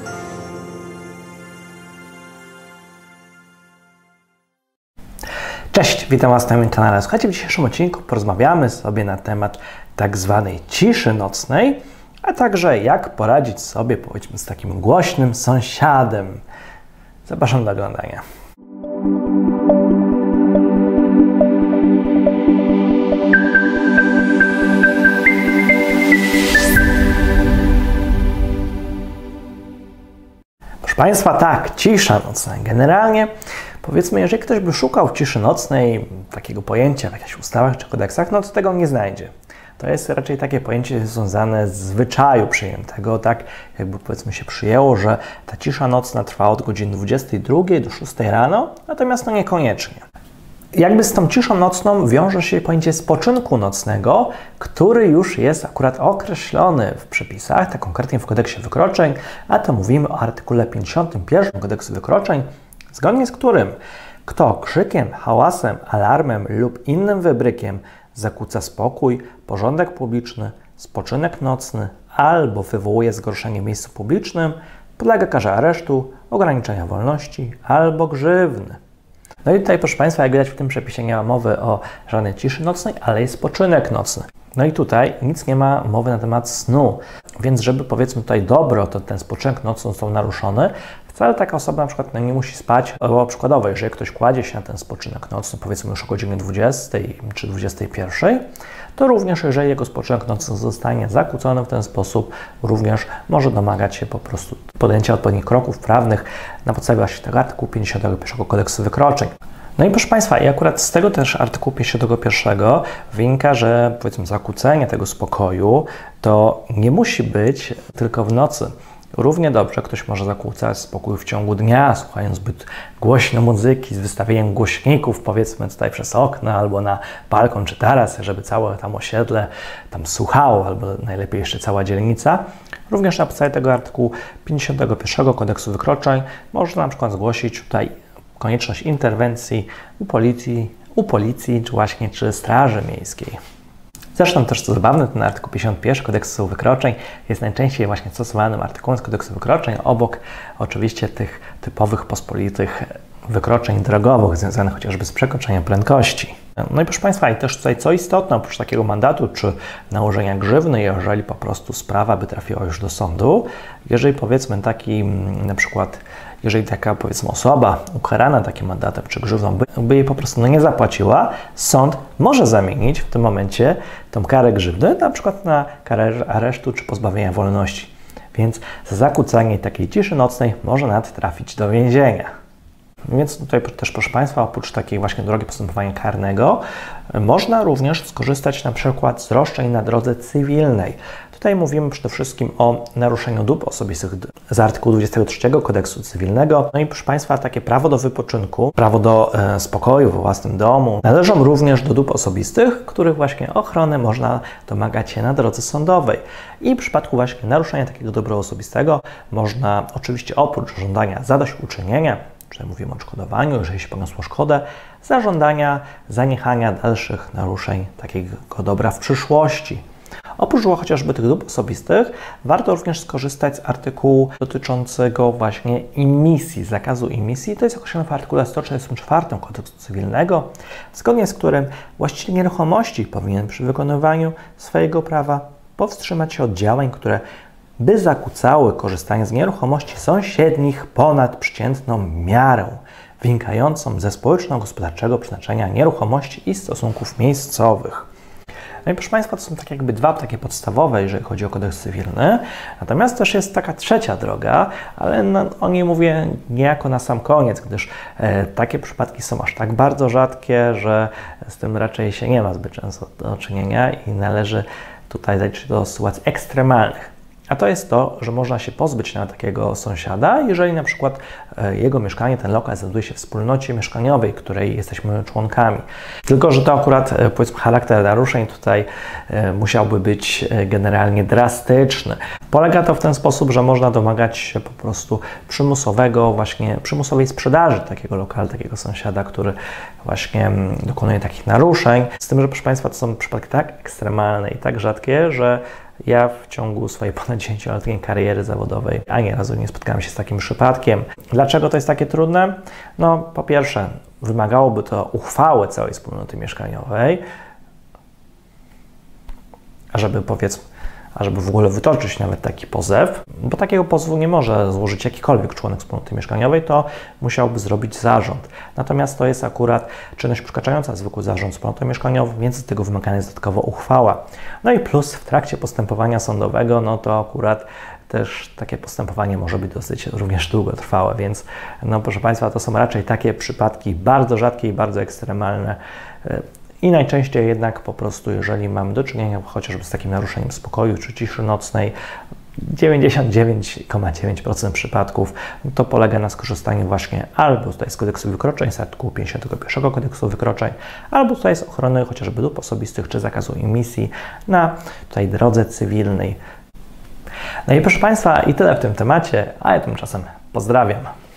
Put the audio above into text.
Cześć, witam Was na moim kanale. Słuchajcie, w dzisiejszym odcinku porozmawiamy sobie na temat tak zwanej ciszy nocnej, a także jak poradzić sobie, powiedzmy, z takim głośnym sąsiadem. Zapraszam do oglądania. Proszę Państwa, tak, cisza nocna. Generalnie, powiedzmy, jeżeli ktoś by szukał ciszy nocnej, takiego pojęcia w jakichś ustawach czy kodeksach, no to tego nie znajdzie. To jest raczej takie pojęcie związane z zwyczaju przyjętego, tak jakby, powiedzmy, się przyjęło, że ta cisza nocna trwa od godziny 22 do 6 rano, natomiast no niekoniecznie. Jakby z tą ciszą nocną wiąże się pojęcie spoczynku nocnego, który już jest akurat określony w przepisach, tak konkretnie w kodeksie wykroczeń, a to mówimy o artykule 51 kodeksu wykroczeń, zgodnie z którym kto krzykiem, hałasem, alarmem lub innym wybrykiem zakłóca spokój, porządek publiczny, spoczynek nocny albo wywołuje zgorszenie w miejscu publicznym, podlega karze aresztu, ograniczenia wolności albo grzywny. No i tutaj, proszę Państwa, jak widać, w tym przepisie nie ma mowy o żadnej ciszy nocnej, ale jest spoczynek nocny. No i tutaj nic nie ma mowy na temat snu, więc żeby, powiedzmy, tutaj dobro, to ten spoczynek nocny został naruszony, wcale taka osoba na przykład nie musi spać, bo przykładowo, jeżeli ktoś kładzie się na ten spoczynek nocny, powiedzmy już o godzinie 20 czy 21, to również jeżeli jego spoczynek nocny zostanie zakłócony w ten sposób, również może domagać się po prostu podjęcia odpowiednich kroków prawnych na podstawie właśnie tego artykułu 51 kodeksu wykroczeń. No i proszę Państwa, i akurat z tego też artykułu 51 wynika, że, powiedzmy, zakłócenie tego spokoju to nie musi być tylko w nocy. Równie dobrze ktoś może zakłócać spokój w ciągu dnia, słuchając zbyt głośno muzyki, z wystawieniem głośników, powiedzmy, tutaj przez okno albo na balkon czy taras, żeby całe tam osiedle tam słuchało, albo najlepiej jeszcze cała dzielnica. Również na podstawie tego artykułu 51 kodeksu wykroczeń można na przykład zgłosić tutaj konieczność interwencji u policji czy straży miejskiej. Zresztą też, co zabawne, ten artykuł 51 kodeksu wykroczeń jest najczęściej właśnie stosowanym artykułem z kodeksu wykroczeń, obok oczywiście tych typowych pospolitych wykroczeń drogowych związanych chociażby z przekroczeniem prędkości. No i proszę Państwa, i też tutaj co istotne, oprócz takiego mandatu czy nałożenia grzywny, jeżeli po prostu sprawa by trafiła już do sądu, jeżeli, powiedzmy, taki na przykład, jeżeli taka, powiedzmy, osoba ukarana takim mandatem czy grzywną by jej po prostu nie zapłaciła, sąd może zamienić w tym momencie tą karę grzywny na przykład na karę aresztu czy pozbawienia wolności. Więc za zakłócanie takiej ciszy nocnej może nawet trafić do więzienia. Więc tutaj też, proszę Państwa, oprócz takiej właśnie drogi postępowania karnego, można również skorzystać na przykład z roszczeń na drodze cywilnej. Tutaj mówimy przede wszystkim o naruszeniu dóbr osobistych z artykułu 23 kodeksu cywilnego. No i, proszę Państwa, takie prawo do wypoczynku, prawo do spokoju we własnym domu należą również do dóbr osobistych, których właśnie ochrony można domagać się na drodze sądowej. I w przypadku właśnie naruszenia takiego dobra osobistego można oczywiście oprócz żądania zadośćuczynienia, tutaj mówimy o odszkodowaniu, jeżeli się poniosło szkodę, zażądania zaniechania dalszych naruszeń takiego dobra w przyszłości. Oprócz chociażby tych dóbr osobistych, warto również skorzystać z artykułu dotyczącego właśnie imisji, zakazu imisji. To jest określone w artykule 134 kodeksu cywilnego, zgodnie z którym właściciel nieruchomości powinien przy wykonywaniu swojego prawa powstrzymać się od działań, które by zakłócały korzystanie z nieruchomości sąsiednich ponad przeciętną miarę, wynikającą ze społeczno-gospodarczego przeznaczenia nieruchomości i stosunków miejscowych. No i proszę Państwa, to są tak jakby dwa takie podstawowe, jeżeli chodzi o kodeks cywilny. Natomiast też jest taka trzecia droga, ale o niej mówię niejako na sam koniec, gdyż takie przypadki są aż tak bardzo rzadkie, że z tym raczej się nie ma zbyt często do czynienia i należy tutaj zaliczyć do sytuacji ekstremalnych. A to jest to, że można się pozbyć na takiego sąsiada, jeżeli na przykład jego mieszkanie, ten lokal znajduje się w wspólnocie mieszkaniowej, której jesteśmy członkami. Tylko że to akurat, powiedzmy, charakter naruszeń tutaj musiałby być generalnie drastyczny. Polega to w ten sposób, że można domagać się po prostu przymusowej sprzedaży takiego lokalu, takiego sąsiada, który właśnie dokonuje takich naruszeń. Z tym, że, proszę Państwa, to są przypadki tak ekstremalne i tak rzadkie, że Ja w ciągu swojej ponad 10-letniej kariery zawodowej ani razu nie spotkałem się z takim przypadkiem. Dlaczego to jest takie trudne? No, po pierwsze, wymagałoby to uchwały całej wspólnoty mieszkaniowej, ażeby w ogóle wytoczyć nawet taki pozew, bo takiego pozwu nie może złożyć jakikolwiek członek wspólnoty mieszkaniowej, to musiałby zrobić zarząd. Natomiast to jest akurat czynność przekraczająca zwykły zarząd wspólnoty mieszkaniowej, więc z tego wymagana jest dodatkowo uchwała. No i plus w trakcie postępowania sądowego, no to akurat też takie postępowanie może być dosyć również długotrwałe, więc no proszę Państwa, to są raczej takie przypadki bardzo rzadkie i bardzo ekstremalne. I najczęściej jednak po prostu, jeżeli mamy do czynienia chociażby z takim naruszeniem spokoju czy ciszy nocnej, 99,9% przypadków to polega na skorzystaniu właśnie albo tutaj z kodeksu wykroczeń, z artykułu 51 kodeksu wykroczeń, albo tutaj z ochrony chociażby dóbr osobistych czy zakazu emisji na tutaj drodze cywilnej. No i proszę Państwa, i tyle w tym temacie, a ja tymczasem pozdrawiam.